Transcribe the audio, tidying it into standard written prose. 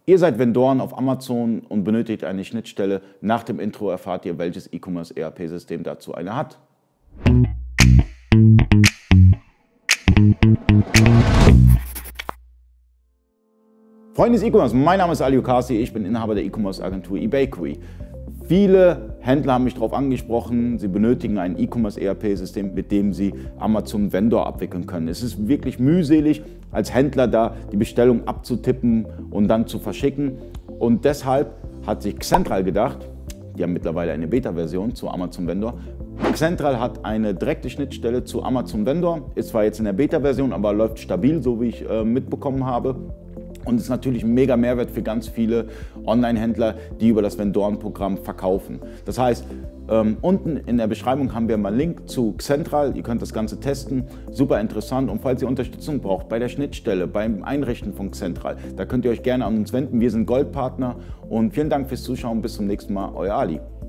Ihr seid Vendoren auf Amazon und benötigt eine Schnittstelle. Nach dem Intro erfahrt ihr, welches E-Commerce ERP-System dazu eine hat. Freunde des E-Commerce, mein Name ist Ali Okasi, ich bin Inhaber der E-Commerce-Agentur eBakery. Viele Händler haben mich darauf angesprochen, sie benötigen ein E-Commerce ERP-System, mit dem sie Amazon Vendor abwickeln können. Es ist wirklich mühselig, als Händler da die Bestellung abzutippen und dann zu verschicken. Und deshalb hat sich Xentral gedacht, die haben mittlerweile eine Beta-Version zu Amazon Vendor. Xentral hat eine direkte Schnittstelle zu Amazon Vendor, ist zwar jetzt in der Beta-Version, aber läuft stabil, so wie ich mitbekommen habe. Und ist natürlich ein mega Mehrwert für ganz viele Online-Händler, die über das Vendoren-Programm verkaufen. Das heißt, unten in der Beschreibung haben wir mal einen Link zu Xentral. Ihr könnt das Ganze testen, super interessant. Und falls ihr Unterstützung braucht bei der Schnittstelle, beim Einrichten von Xentral, da könnt ihr euch gerne an uns wenden. Wir sind Goldpartner und vielen Dank fürs Zuschauen. Bis zum nächsten Mal, euer Ali.